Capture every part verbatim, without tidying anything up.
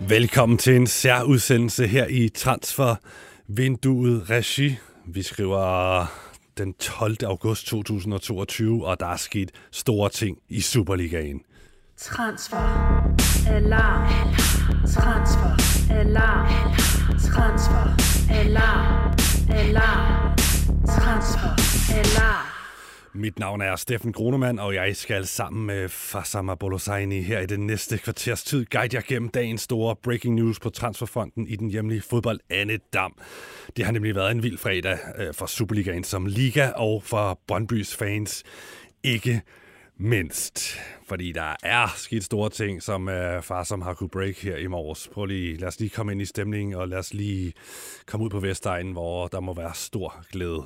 Velkommen til en særudsendelse her i Transfervinduet Regi. Vi skriver den tolvte august to tusind og toogtyve, og der er sket store ting i Superligaen. Transfer alarm. Transfer alarm. Transfer alarm. Alarm. Transfer alarm. Mit navn er Steffen Grunemann, og jeg skal sammen med Fassam Abolosaini her i den næste kvarters tid guide jer gennem dagens store breaking news på transferfronten i den hjemlige fodbold Anne Dam. Det har nemlig været en vild fredag for Superligaen som liga og for Brøndbys fans ikke mindst. Fordi der er sket store ting, som uh, Fassam har kunne break her i morges. Prøv lige, lad os lige komme ind i stemningen, og lad os lige komme ud på Vestegnen, hvor der må være stor glæde.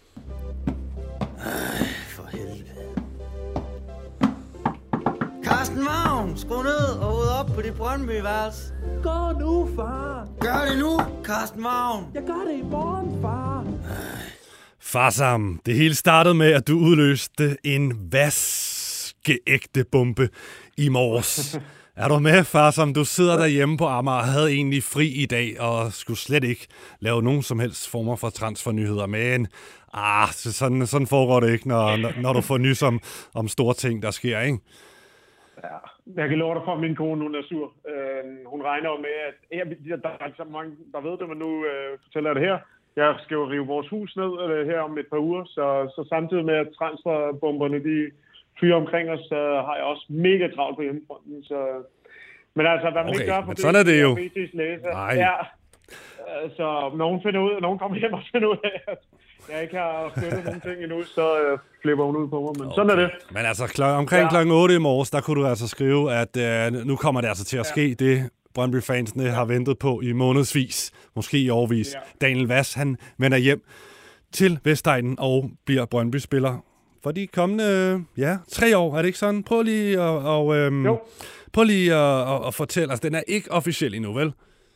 Ej, for helvede. Carsten Vagn, skru ned og ud op på dit Brøndby-værelse. Gør nu, far. Gør det nu, Carsten Vagn. Jeg gør det i morgen, far. Fassam, det hele startede med, at du udløste en vaskeægte bombe i morges. Er du med, Fassam? Du sidder derhjemme på Amager og havde egentlig fri i dag, og skulle slet ikke lave nogen som helst former for transfernyheder. Men ah, sådan, sådan foregår det ikke, når, når du får nys om, om store ting, der sker, ikke? Ja, jeg kan love dig for, at min kone, hun er sur. Uh, hun regner jo med, at ja, der er ikke så mange, der ved det, men nu uh, fortæller jeg det her. Jeg skal jo rive vores hus ned uh, her om et par uger, så, så samtidig med, at transferbomberne de fyrer omkring os, så har jeg også mega travlt på hjemmefronten. Så... Men altså, hvad man okay, ikke gør for det, sådan er det jo. B T's læser. Nej. Ja, uh, så nogen finder ud, nogen kommer hjem og finder ud af, at jeg ikke har flyttet nogle ting endnu, så uh, flipper hun ud på mig. Men okay. Sådan er det. Men altså, kl- omkring ja. klokken otte i morges, der kunne du altså skrive, at uh, nu kommer det altså til at ske ja. det, Brøndby-fansene ja. har ventet på i månedsvis, måske i årvis. Ja. Daniel Vass, han vender hjem til Vestegnen og bliver Brøndby-spiller for de kommende, ja, tre år, er det ikke sådan? Prøv lige at, og, øhm, prøv lige at, at, at fortælle, altså den er ikke officiel endnu, vel?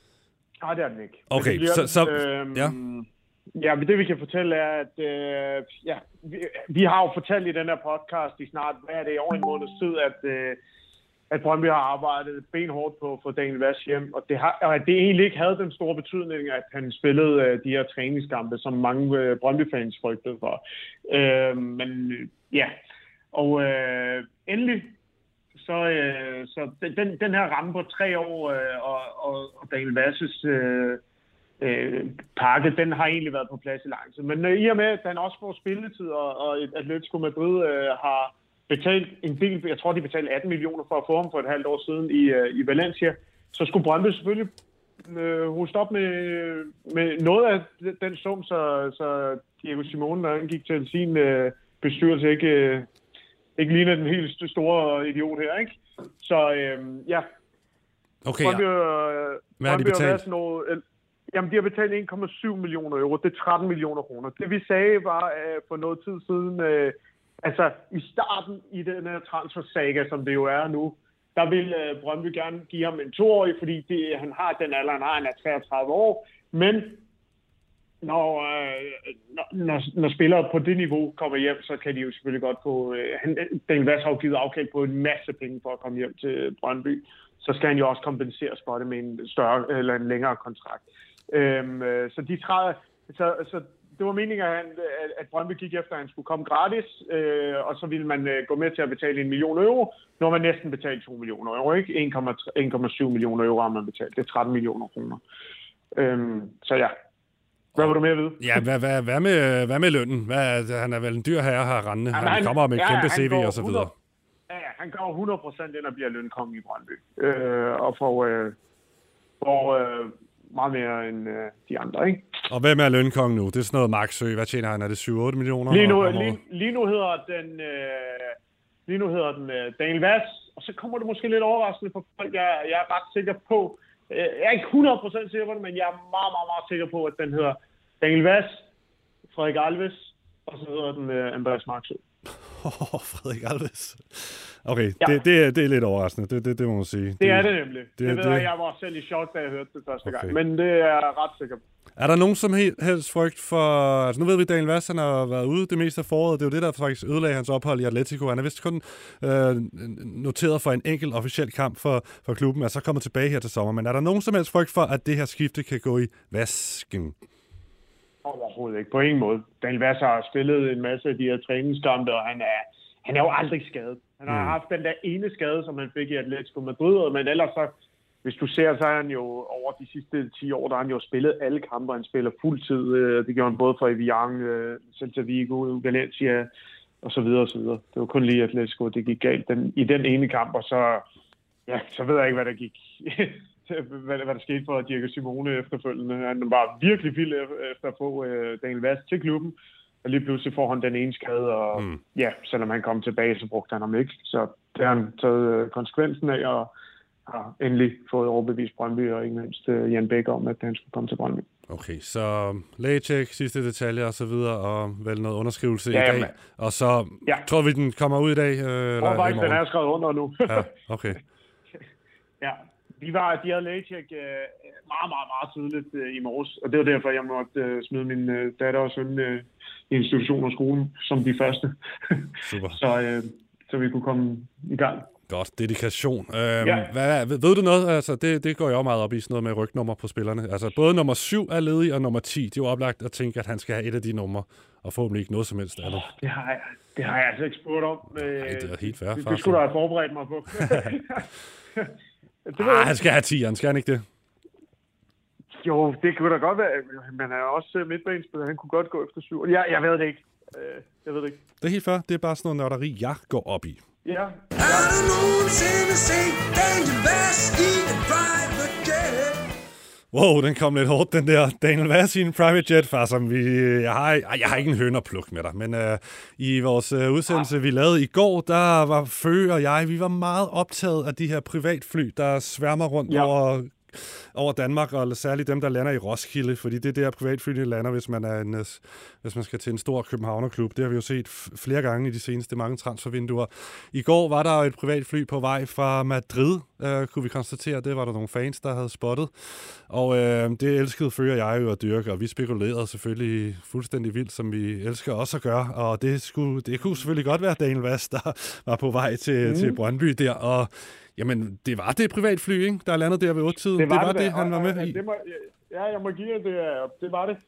Nej, det er den ikke. Okay, bliver, så, så øhm, ja. Ja, men det vi kan fortælle er, at øh, ja, vi, vi har jo fortalt i den her podcast i snart, hvad er det, over en måneds tid, at, øh, at Brøndby har arbejdet benhårdt på for Daniel Vass hjem, og det, har, og at det egentlig ikke havde den store betydning, at han spillede øh, de her træningskampe, som mange øh, Brøndby-fans frygtede for. Øh, men ja, og øh, endelig, så, øh, så den, den her ramme på tre år, øh, og, og, og Daniel Vasses øh, øh, pakke, den har egentlig været på plads i lang tid. Men øh, i og med, at han også får spilletid, og, og Atletico Madrid øh, har betalt en del, jeg tror, de betalte atten millioner for at få ham for et halvt år siden i, uh, i Valencia, så skulle Brøndby selvfølgelig øh, hoste op med, med noget af den sum, så, så Diego Simeone, når han gik til sin øh, bestyrelse, ikke, øh, ikke ligner den helt store idiot her, ikke? Så øh, ja. Okay, Brøndby, ja. Øh, Hvad har de betalt? Noget, øh, jamen, de har betalt en komma syv millioner euro. Det er tretten millioner kroner. Det vi sagde var øh, for noget tid siden... Øh, Altså, i starten i den her transfersaga, som det jo er nu, der vil uh, Brøndby gerne give ham en toårig, fordi det, han har den alder, han har, han er treogtredive år. Men når, uh, når, når, når spillere på det niveau kommer hjem, så kan de jo selvfølgelig godt få... Uh, han, Daniel Vass har jo givet afkald på en masse penge for at komme hjem til Brøndby. Så skal han jo også kompenseres for det med en større eller en længere kontrakt. Um, uh, så de træder... Så, så det var meningen, at, at Brøndby gik efter, at han skulle komme gratis, øh, og så ville man øh, gå med til at betale en million euro. Nu har man næsten betalt to millioner euro, ikke? en komma syv millioner euro har man betalt. Det er tretten millioner kroner. Øhm, så ja. Hvad vil du mere vide? Ja, hvad, hvad, hvad, med, hvad med lønnen? Hvad, han er vel en dyr herre her rendende. Han, han kommer med et ja, kæmpe C V og så videre. Ja, han går hundrede procent ind og bliver lønkonge i Brøndby. Øh, og får, øh, får øh, meget mere end øh, de andre, ikke? Og hvem er lønkongen nu? Det er sådan noget Max Sø. Hvad tjener han? Er det syv otte millioner? Lige nu, lige, lige nu hedder den, øh, lige nu hedder den øh, Daniel Vass, og så kommer det måske lidt overraskende for folk. Jeg, jeg er ret sikker på, øh, jeg er ikke hundrede procent sikker på det, men jeg er meget, meget, meget sikker på, at den hedder Daniel Vass, Frederik Alves, og så hedder den øh, Andreas Marksø. Oh, Frederik Alves. Okay, Ja. det, det, er, det er lidt overraskende, det, det, det må man sige. Det er det nemlig. Det, det, det ved det... jeg, jeg var selv i chok, da jeg hørte det første okay. gang. Men det er jeg ret sikker. Er der nogen som helst frygt for... Altså nu ved vi, at Daniel Vaz, han har været ude det meste af foråret. Det er jo det, der faktisk ødelagde hans ophold i Atletico. Han er vist kun øh, noteret for en enkelt officiel kamp for, for klubben, og så kommer tilbage her til sommer. Men er der nogen som helst frygt for, at det her skifte kan gå i vasken? Overhovedet ikke. På ingen måde. Daniel Vaz har spillet en masse af de her træningskampe, og han er, han er jo aldrig skadet. Han har mm. haft den der ene skade, som han fik i Atletico Madrid, men ellers så, hvis du ser, så er han jo over de sidste ti år, der har han jo spillet alle kampe. Han spiller fuldtid. Det gjorde han både for Evian, Celta Vigo, Valencia og så videre og så videre. Det var kun lige Atletico, det gik galt den, i den ene kamp, og så, ja, så ved jeg ikke, hvad der gik. hvad, hvad der skete for Diego Simeone efterfølgende. Han var virkelig vild efter at få uh, Daniel Vaz til klubben. Og lige pludselig får han den ene skade, og mm. ja, selvom han kom tilbage, så brugte han ham ikke. Så det har han taget uh, konsekvensen af, og har endelig fået overbevist Brøndby, og ikke mindst uh, Jan Bæk om, at han skulle komme til Brøndby. Okay, så lægecheck, sidste detaljer og så videre, og vel noget underskrivelse ja, i dag. Jamen. Og så ja. tror vi, den kommer ud i dag? Øh, eller jeg tror faktisk, den er skrevet under nu. ja, okay. ja, de, var, de havde lægecheck øh, meget, meget, meget tidligt øh, i morges, og det var derfor, jeg måtte øh, smide min øh, datter og søn øh, i institution og skolen som de første. Super. så, øh, så vi kunne komme i gang. Godt, dedikation. Øhm, ja. hvad, ved, ved du noget? Altså, det, det går jeg jo meget op i, sådan noget med rygnummer på spillerne. Altså, både nummer syv er ledig, og nummer ti, det er jo oplagt at tænke, at han skal have et af de numre, og forhåbentlig ikke noget som helst andet. Det har jeg, det har jeg altså ikke spurgt om. Nej, det er helt fair. Det, det skulle du have forberedt mig på. det ah, han skal have ti, han skal han ikke det? Jo, det kunne da godt være. Man er også midtbanespiller, han kunne godt gå efter syv. Jeg, jeg ved det ikke. Jeg ved det ikke. Det er helt fair. Det er bare sådan noget nørderi, jeg går op i. Ja. Har du nogensinde set Daniel Vaz i en private jet? Wow, den kom lidt hårdt, den der Daniel Vaz i en private jet, far, som vi... Jeg har, jeg har ikke en høne at plukke med dig, men uh, i vores uh, udsendelse, vi lavede i går, der var Fø og jeg, vi var meget optaget af de her privatfly, der sværmer rundt ja. over... over Danmark, og særligt dem, der lander i Roskilde, fordi det er der privatflyene lander, hvis man, er en, hvis man skal til en stor københavnerklub. Det har vi jo set flere gange i de seneste mange transfervinduer. I går var der et privatfly på vej fra Madrid, øh, kunne vi konstatere. Det var der nogle fans, der havde spottet. Og øh, det elskede Fø og jeg jo at dyrke, og vi spekulerede selvfølgelig fuldstændig vildt, som vi elsker også at gøre. Og det, skulle, det kunne selvfølgelig godt være Daniel Vaz, der var på vej til, mm. til Brøndby der, og jamen, det var det privatfly, ikke? Der landede der ved otte-tiden. Det var det, var det, det han var med i. Det må, ja, jeg må give det. Det var det.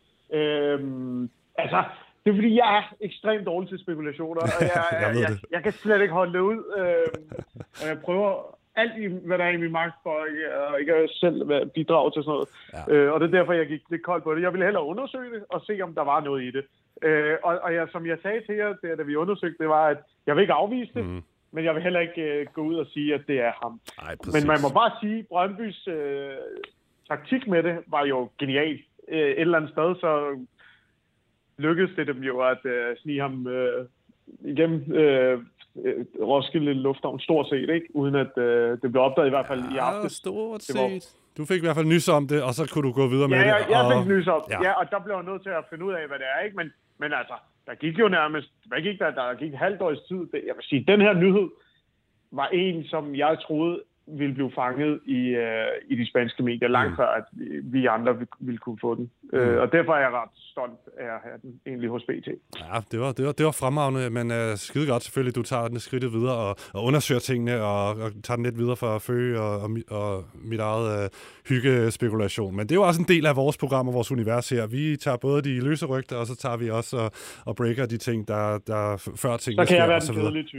Øhm, altså, det er fordi, jeg er ekstremt dårlig til spekulationer, og jeg, jeg, jeg, jeg, jeg kan slet ikke holde det ud. Øhm, og jeg prøver alt, hvad der er i min magt for, og ikke selv bidrage til sådan noget. Ja. Øh, og det er derfor, jeg gik lidt koldt på det. Jeg ville hellere undersøge det, og se, om der var noget i det. Øh, og og jeg, som jeg sagde til jer, det, da vi undersøgte, det var, at jeg vil ikke afvise det. Mm. Men jeg vil heller ikke uh, gå ud og sige, at det er ham. Ej, men man må bare sige, at Brøndbys uh, taktik med det var jo genial. Uh, et eller andet sted, så lykkedes det dem jo at uh, snige ham uh, igennem uh, Roskilde Lufthavn stort set, ikke? Uden at uh, det blev opdaget i hvert fald ja, i aften. Stort set. Var... Du fik i hvert fald nys om det, og så kunne du gå videre med ja, det. Ja, jeg, jeg og... fik nys om ja. ja, og der blev jeg nødt til at finde ud af, hvad det er, ikke? Men, men altså, der gik jo nærmest, hvad gik der? Der gik et halvt års tid. Jeg vil sige, den her nyhed var en, som jeg troede ville blive fanget i, uh, i de spanske medier, langt mm. før, at vi andre ville kunne få den. Mm. Uh, og derfor er jeg ret stolt af at have den egentlig hos B T. Ja, det var, det var, det var fremragende, men uh, skide godt selvfølgelig, du tager den skridtet videre og, og undersøger tingene og, og tager den lidt videre for Fø og, og, og mit eget uh, hyggespekulation. Men det er jo også en del af vores program og vores univers her. Vi tager både de løse rygter, og så tager vi også og, og breaker de ting, der, der før tingene sker. Så kan jeg være den kedelige type.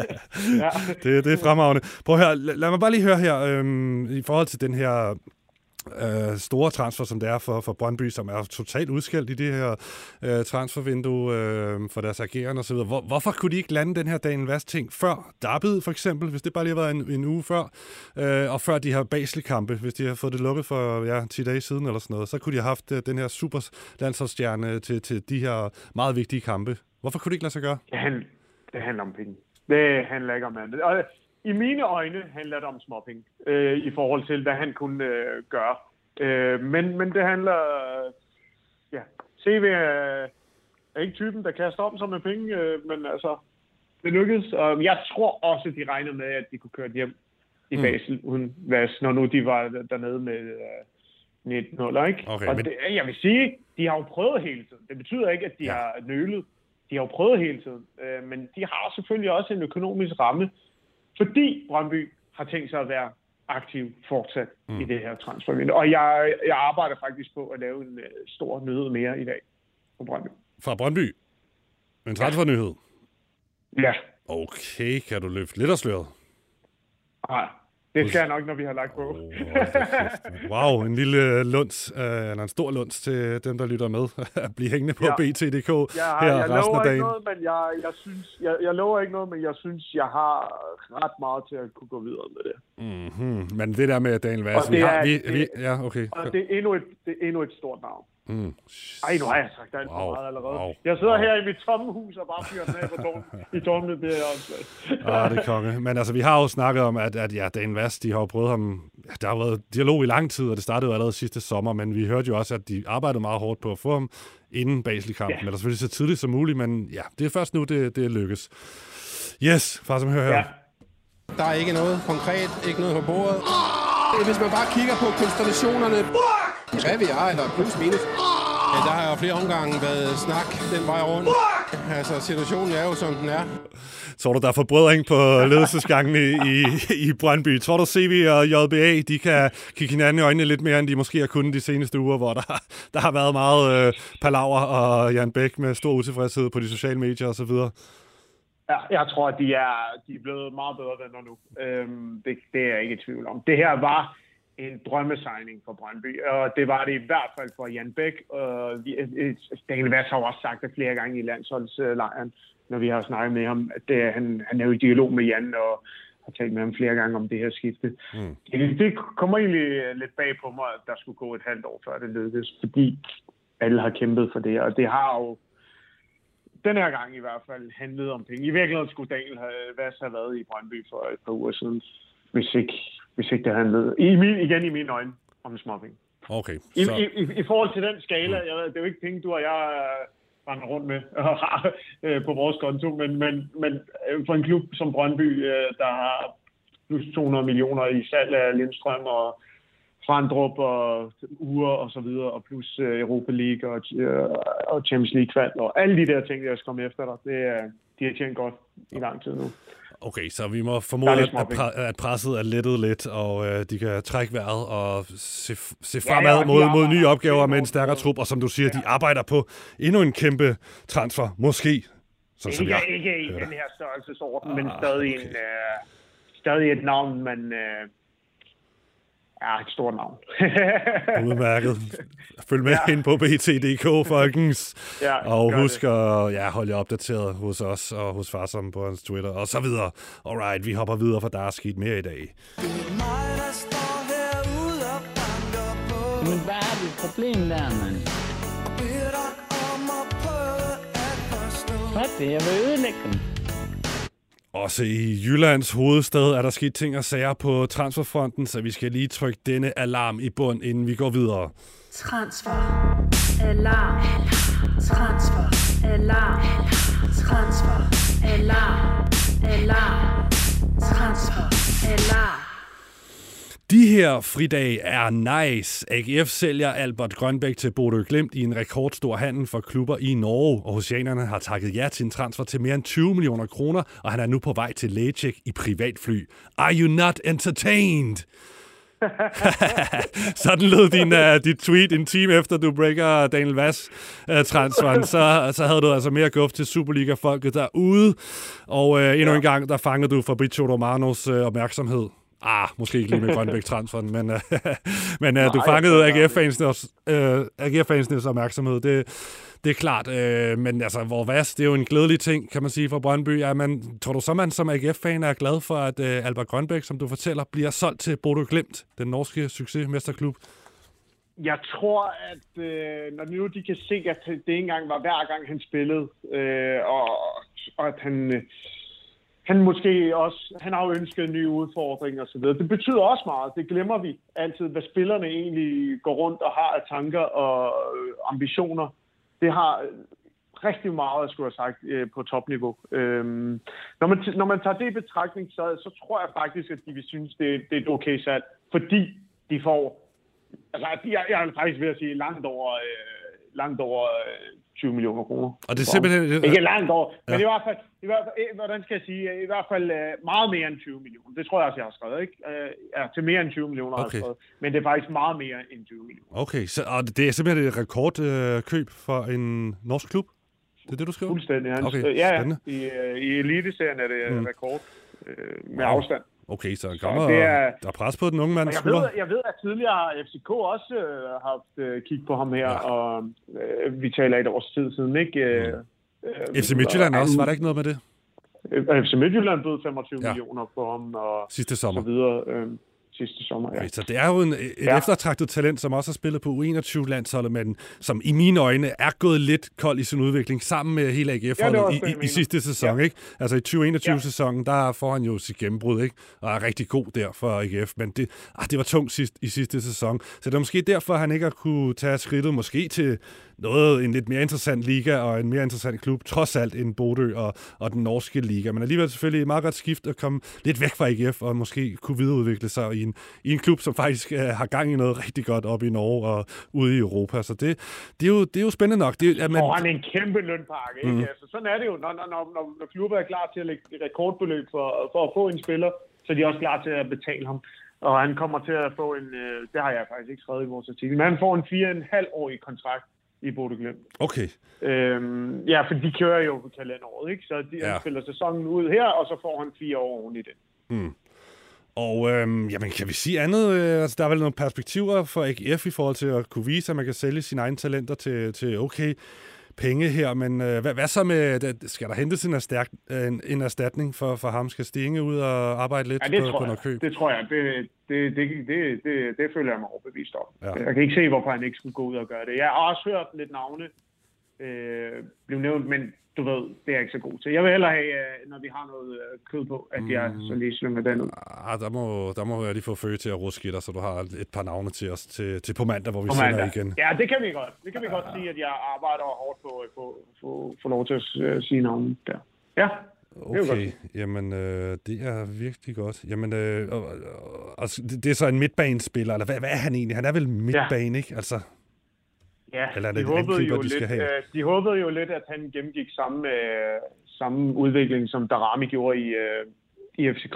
ja. det, det er fremragende. Prøv at høre, lad, lad mig bare lige høre her, øhm, i forhold til den her øh, store transfer, som det er for, for Brøndby, som er totalt udskilt i det her øh, transfervindue øh, for deres ageren og så videre. Hvor, hvorfor kunne de ikke lande den her Daniel Vaz-ting før derbyet, for eksempel, hvis det bare lige har været en, en uge før, øh, og før de her Basel-kampe, hvis de har fået det lukket for ja, ti dage siden eller sådan noget, så kunne de have haft øh, den her super landsholdsstjerne til, til de her meget vigtige kampe. Hvorfor kunne det ikke lade sig gøre? Det handler, det handler om penge. Det handler ikke om andet. Og i mine øjne handler det om småpenge øh, i forhold til, hvad han kunne øh, gøre. Øh, men, men det handler... Øh, ja, C V er, er ikke typen, der kaster om sig med penge, øh, men altså, det lykkedes, og jeg tror også, at de regnede med, at de kunne køre hjem i Basel mm. uden Vas, når nu de var dernede med uh, nitten nul, ikke? Okay, og men... det, jeg vil sige, de har jo prøvet hele tiden. Det betyder ikke, at de ja. har nølet. De har jo prøvet hele tiden. Uh, men de har selvfølgelig også en økonomisk ramme, fordi Brøndby har tænkt sig at være aktiv fortsat mm. i det her transfervindue. Og jeg, jeg arbejder faktisk på at lave en uh, stor nyhed mere i dag på Brøndby. Fra Brøndby? En transfernyhed? Ja. Okay, kan du løfte lidt af sløret? Nej, det skal jeg nok, når vi har lagt på. Oh, wow, en lille lunds, øh, eller en stor lunds til dem, der lytter med. At blive hængende på ja. B T punktum D K ja, her jeg resten af dagen. Ikke noget, men jeg, jeg, synes, jeg, jeg lover ikke noget, men jeg synes, jeg har ret meget til at kunne gå videre med det. Mm-hmm. Men det der med Daniel Vass, vi har... Vi, det, vi, ja, okay. Og det er endnu et, det er endnu et stort navn. Mm. Ej, nu har jeg sagt alt for wow. meget allerede. Wow. Jeg sidder wow. her i mit tomme hus og bare fyrer den af på tårnet. I tårnet, det er åndssvagt. Ah, det er konge. Men altså, vi har jo snakket om, at, at ja, Daniel Vass, de har jo prøvet ham... Ja, der har været dialog i lang tid, og det startede jo allerede sidste sommer, men vi hørte jo også, at de arbejdede meget hårdt på at få ham inden Basel-kampen. Ja. Eller selvfølgelig så tidligt som muligt, men ja, det er først nu, det, det lykkes. Yes, far som hører her. Ja. Der er ikke noget konkret, ikke noget på bordet. Hvis man bare kigger på konstellationerne, hvad vi er, eller plus minus, ja, der har jo flere omgange været snak den vej rundt. Altså, situationen er jo, som den er. Tror du, der er forbrødring på ledelsesgangen i, i, i Brøndby? Tror du, C V og J B A, de kan kigge hinanden i øjnene lidt mere, end de måske har kunnet de seneste uger, hvor der, der har været meget øh, palaver og Jan Bæk med stor utilfredshed på de sociale medier osv.? Ja, jeg tror, at de er, de er blevet meget bedre venner nu. Øhm, det, det er jeg ikke i tvivl om. Det her var en drømmesigning for Brøndby, og det var det i hvert fald for Jan Bæk. Og Daniel Vass har også sagt det flere gange i landsholdslejren, når vi har snakket med ham, at det, han, han er jo i dialog med Jan og har talt med ham flere gange om det her skifte. Mm. Det, det kommer egentlig lidt bag på mig, at der skulle gå et halvt år før det lykkedes, fordi alle har kæmpet for det, og det har jo den her gang i hvert fald handlet om penge. I virkeligheden skulle Daniel Vass have været i Brøndby for et par uger siden, hvis ikke, hvis ikke det handlede, i min, igen i mine øjne, om småpenge. Okay. Så... I, i, I forhold til den skala, jeg ved, det er jo ikke penge, du og jeg render rundt med og har øh, på vores konto, men, men, men for en klub som Brøndby, øh, der har plus to hundrede millioner i salg af Lindstrøm og Frandrup og Ure og så videre, og plus uh, Europa League og, uh, og Champions League-kval, og alle de der ting, der skal komme efter dig, det er, de har tjent godt i lang tid nu. Okay, så vi må formode, at, at presset er lettet lidt, og øh, de kan trække vejret og se, se fremad ja, ja, mod, mod nye opgaver med en stærkere trup, og som du siger, ja. de arbejder på endnu en kæmpe transfer, måske. Sådan, som jeg ikke i den her størrelsesorden, ah, men stadig, okay. en, øh, stadig et navn, man... Øh, Ja, et stort navn. Udmærket. Følg med ja. ind på B T punktum D K, folkens. Ja, og husk at ja, holde jer opdateret hos os og hos Farsom på hans Twitter og så videre. Alright, vi hopper videre, for der er sket mere i dag. Men hvad er det problem der, mand? Hvad er det? Jeg vil ødelægge dem. Også i Jyllands hovedstad er der sket ting og sager på transferfronten, så vi skal lige trykke denne alarm i bund, inden vi går videre. Transfer. Alarm. Transfer. Alarm. Transfer. Alarm. Alarm. Transfer. Alarm. De her fridage er nice. A G F sælger Albert Grønbæk til Bodø Glimt i en rekordstor handel for klubber i Norge. Og Oceanerne har takket ja til en transfer til mere end tyve millioner kroner, og han er nu på vej til lægetjek i privatfly. Are you not entertained? Sådan lød din, uh, dit tweet en time efter, du breaker Daniel Vass-transferen. Uh, så, så havde du altså mere guf til Superliga-folket derude. Og uh, endnu en gang, der fangede du Fabrizio Romanos uh, opmærksomhed. Ah, måske ikke lige med Grønbæk-transferen, men, uh, men uh, du fangede A G F-fansens uh, A G F-fansens opmærksomhed. Det, det er klart, uh, men altså, hvor Vass, det er jo en glædelig ting, kan man sige, for Brøndby. Ja, men tror du så, man som A G F-fan er glad for, at uh, Albert Grønbæk, som du fortæller, bliver solgt til Bodø Glimt, den norske succesmesterklub? Jeg tror, at øh, når nu de kan se, at det ikke engang var hver gang, han spillede, øh, og, og at han... Øh, Han måske også, han har jo ønsket nye udfordringer og så videre. Det betyder også meget. Det glemmer vi altid, hvad spillerne egentlig går rundt og har af tanker og ambitioner. Det har rigtig meget, skulle jeg have sagt, øh, på topniveau. Øhm, når, man t- når man tager det i betragtning, så, så tror jeg faktisk, at de vil synes, det, det er et okay salg, fordi de får, altså jeg, jeg er faktisk ved at sige, langt over, øh, langt over øh, tyve millioner kroner. Og det er simpelthen... Det... Ikke langt over, ja. Men i hvert fald, i hvert fald, hvordan skal jeg sige, i hvert fald øh, meget mere end tyve millioner. Det tror jeg også, jeg har skrevet, ikke? Øh, ja, til mere end tyve millioner okay. har jeg skrevet. Men det er faktisk meget mere end tyve millioner. Okay, så og det er simpelthen et rekordkøb øh, for en norsk klub? Det er det, du skriver? Fuldstændig. Hans, okay, ja, ja. I, i Eliteserien er det mm. rekord øh, med wow. afstand. Okay, så kommer så er, der er pres på den unge mand. Jeg ved, jeg ved, at tidligere har F C K også øh, haft øh, kig på ham her, ja. og øh, vi taler et års tid siden, ikke? Øh, mm. F C Midtjylland også, var der ikke noget med det? F C Midtjylland bød femogtyve ja. millioner på ham, og sidste sommer. Så videre. Øh, sidste sommer, ja. Okay, så det er jo en, et ja. eftertragtet talent, som også har spillet på U enogtyve-landsholdet, men som i mine øjne er gået lidt kold i sin udvikling, sammen med hele A G F-holdet ja, i, i, i sidste sæson, ja. ikke? Altså i tyve enogtyve-sæsonen, ja. der får han jo sit gennembrud, ikke? Og er rigtig god der for A G F, men det, ah, det var tungt sidst, i sidste sæson. Så det er måske derfor, han ikke har kunne tage skridtet måske til noget, en lidt mere interessant liga og en mere interessant klub, trods alt end Bodø og, og den norske liga. Men alligevel selvfølgelig et meget godt skift at komme lidt væk fra A G F og måske kunne videreudvikle sig i en, i en klub, som faktisk uh, har gang i noget rigtig godt op i Norge og ude i Europa. Så det, det, er, jo, det er jo spændende nok. Det, at man... Og han er en kæmpe lønpakke, ikke? Mm. Altså, sådan er det jo, når, når, når, når klubber er klar til at lægge rekordbeløb for, for at få en spiller, så er de også klar til at betale ham. Og han kommer til at få en, øh, det har jeg faktisk ikke skrevet i vores artikel, men han får en fire og en halv årig kontrakt i Bodø Glimt. Okay. Øhm, ja, for de kører jo på kalenderåret, ikke? Så de ja. spiller sæsonen ud her, og så får han fire år oven i det. Hmm. Og øhm, jamen, kan vi sige andet? Altså, der er vel nogle perspektiver for A G F i forhold til at kunne vise, at man kan sælge sine egne talenter til, til okay penge her, men øh, hvad, hvad så med, skal der hentes en, erstærk, en, en erstatning for, for ham? Skal Stinge ud og arbejde lidt ja, på, på noget køb? Det tror jeg. Det, det, det, det, det, det føler jeg mig overbevist om. Ja. Jeg kan ikke se, hvorfor han ikke skulle gå ud og gøre det. Jeg har også hørt lidt navne øh, blive nævnt, men du ved, det er jeg ikke så god til. Jeg vil hellere have, når vi har noget kød på, at jeg mm. så lige slynger den ud. Ah, der, må, der må jeg lige få Føge til at ruske dig, så du har et par navne til os til, til på mandag, hvor vi sender igen. Ja, det kan vi godt. Det kan vi ja. godt sige, at jeg arbejder hårdt på at få, få lov til at sige navne der. Ja. Okay, jamen øh, det er virkelig godt. Jamen, øh, øh, altså, det, det er så en midtbanespiller, eller hvad, hvad er han egentlig? Han er vel midtbane, ja. ikke? Altså... Ja, Eller de, håbede jo de, lidt, øh, de håbede jo lidt, at han gennemgik samme, øh, samme udvikling, som Darami gjorde i, øh, i F C K.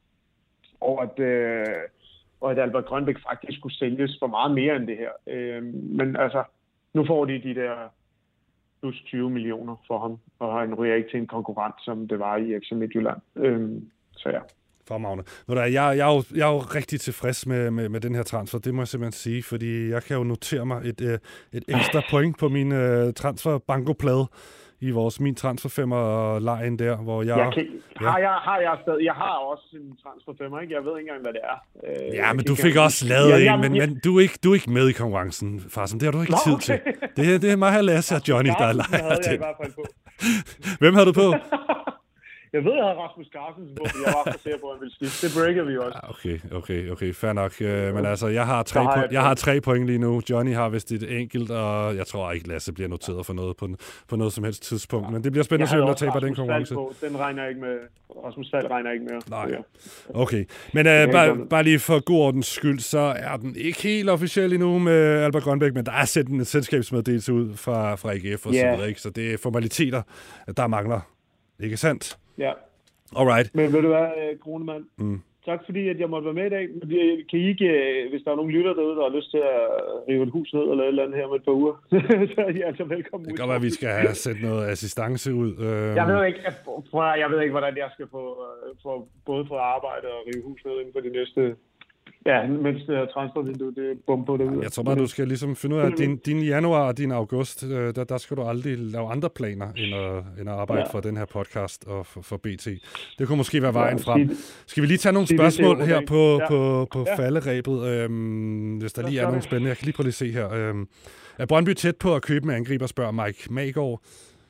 Og at, øh, og at Albert Grønbæk faktisk skulle sælges for meget mere end det her. Øh, men altså, nu får de de der plus tyve millioner for ham, og han ryger ikke til en konkurrent, som det var i F C Midtjylland. Øh, så ja. Fremragende. Jeg, jeg, jeg, er jo, jeg er jo rigtig tilfreds med, med, med den her transfer, det må jeg simpelthen sige, fordi jeg kan jo notere mig et, et ekstra point på min uh, transfer-bankoplade i vores min transferfemmer-lejen der, hvor jeg... jeg kan, ja. har, jeg, har jeg stadig... Jeg har også en transferfemmer, ikke? Jeg ved ikke engang, hvad det er. Uh, ja, men du fik kan... også lavet ja, en, men, jeg... men du, er ikke, du er ikke med i konkurrencen, Farsen. Det har du ikke Nå, tid okay. til. Det, det er mig, Lasse og Johnny, der er lejer til. Hvem havde du på? Jeg ved, jeg havde Rasmus Carstensen på, fordi jeg var for sikker på, at han ville skifte. Det breaker vi også. Ja, okay, okay, okay. Fair nok. Uh, men altså, jeg har, tre har, jeg, jeg har tre point lige nu. Johnny har vist et enkelt, og jeg tror ikke, Lasse bliver noteret for noget på, på noget som helst tidspunkt. Ja. Men det bliver spændende at se, om der taber den konkurrence. Den regner jeg ikke med. Rasmus Fald regner ikke mere. Nej. Okay. Men uh, bare, bare lige for god ordens skyld, så er den ikke helt officiel endnu med Albert Grønbæk, men der er sendt en selskabsmeddelelse ud fra, fra A G F og yeah. så videre, ikke? Så det er formaliteter, der mangler. Ikke sandt? Ja. Alright. Men ved du hvad, Kronemann? Mm. Tak fordi, at jeg måtte være med i dag. Kan I ikke, hvis der er nogen lytter derude, der har lyst til at rive et hus ned eller et eller andet her med et par uger, så er I altså velkommen ud. Det kan godt være, at vi skal have sendt noget assistance ud. Jeg ved ikke, jeg ved ikke hvordan jeg skal få, få både få arbejde og rive hus ned inden for de næste... Ja, mens det her transfervindue, det er bum på det ud. Jeg tror bare, du skal ligesom finde ud af, at din, din januar og din august, der, der skal du aldrig lave andre planer, end at, end at arbejde ja. for den her podcast og for, for B T. Det kunne måske være vejen ja, frem. Skal vi lige tage nogle spørgsmål her på, ja. på, på ja. falderæbet, øhm, hvis der lige er nogle spændende. Jeg kan lige prøve at se her. Øhm, er Brøndby tæt på at købe med angriber, spørger Mike Magård?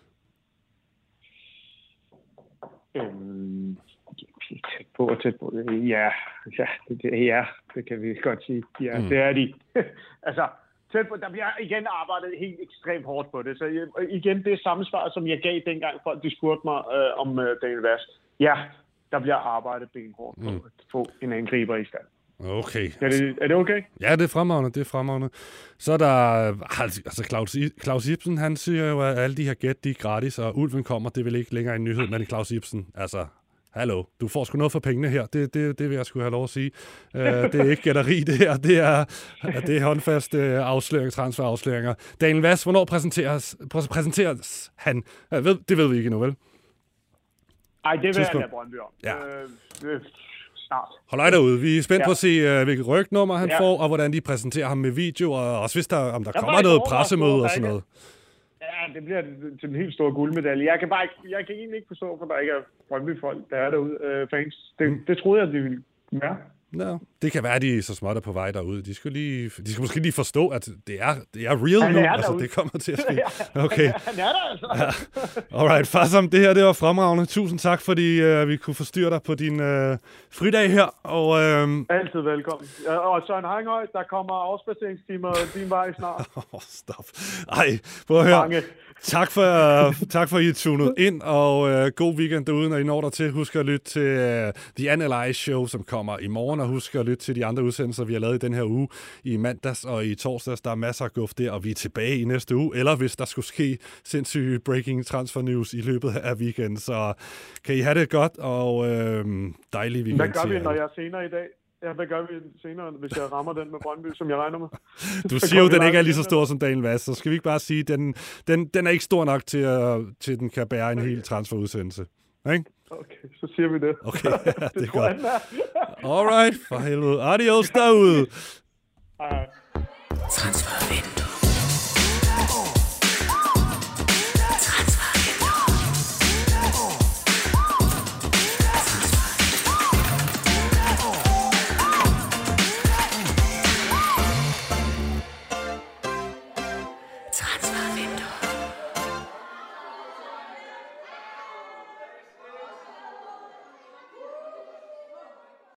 Øhm... Tæt på og tæt på. Ja, ja, det, ja, det kan vi godt sige. Ja, mm. det er de. Altså, tæt på. Der bliver igen arbejdet helt ekstremt hårdt på det. Så igen, det er samme svar, som jeg gav dengang folk de spurgte mig øh, om øh, Daniel Vass. Ja, der bliver arbejdet benhårdt på mm. at få en angriber i stand. Okay. Er det, er det okay? Ja, det er fremragende, det er fremragende. Så er der, altså Claus, Claus Ibsen, han siger jo, at alle de her gæt, de er gratis, og ulven kommer, det er vel ikke længere en nyhed, men Claus Ibsen, altså, hallo, du får sgu noget for pengene her, det, det, det vil jeg sgu have lov at sige. Uh, det er ikke gætteri, det her, det er, det er håndfaste afsløringer, transferafsløringer. Daniel Vass, hvornår præsenteres, præsenteres han? Uh, ved, det ved vi ikke endnu, vel? Ej, det vil jeg lade Brøndby om. Ja. Øh, øh, snart. Hold øje derude. Vi er spændt ja. på at se, uh, hvilket rygnummer han ja. får, og hvordan de præsenterer ham med video, og også hvis der, om der, der kommer noget pressemøde og sådan noget. Ja, det bliver til en helt stor guldmedalje. Jeg kan bare ikke, jeg kan egentlig ikke forstå, for der ikke er Brøndby-folk, der er derude, øh, fans. Det, mm. det troede jeg, de ville være. No. Det kan være, at de er så småt er på vej derude. De skal, lige, de skal måske lige forstå, at det er, det er real ja, nu. Er altså, det kommer til at ske. Okay. Han er der altså. Ja. Alright, Farsam, det her det var fremragende. Tusind tak, fordi uh, vi kunne forstyrre dig på din uh, fridag her. Og, uh... Altid velkommen. Og Søren Hanghøj, der kommer afspadseringstimer din vej snart. oh, stop. Ej, prøv at høre. Mange. Tak for, uh, tak for, at I tunede ind, og uh, god weekend derude, når I når der til. Husk at lytte til uh, The Analyze Show, som kommer i morgen, og husk at lytte til de andre udsendelser, vi har lavet i den her uge, i mandags og i torsdags. Der er masser af guf der, og vi er tilbage i næste uge, eller hvis der skulle ske sindssyge breaking transfer news i løbet af weekenden. Så kan I have det godt, og øh, dejlig weekend. Hvad gør vi, når jeg er senere i dag? Ja, hvad gør vi senere, hvis jeg rammer den med Brøndby, som jeg regner med? Du siger jo, at den ikke er lige så stor som Daniel Vass, så skal vi ikke bare sige, at den, den, den er ikke stor nok til, at til den kan bære en hel transferudsendelse. Ikke? Okay, så siger vi det. Okay, ja, det, det er godt. Alright, for helvede. Adios derude. Hej. Transfervindue.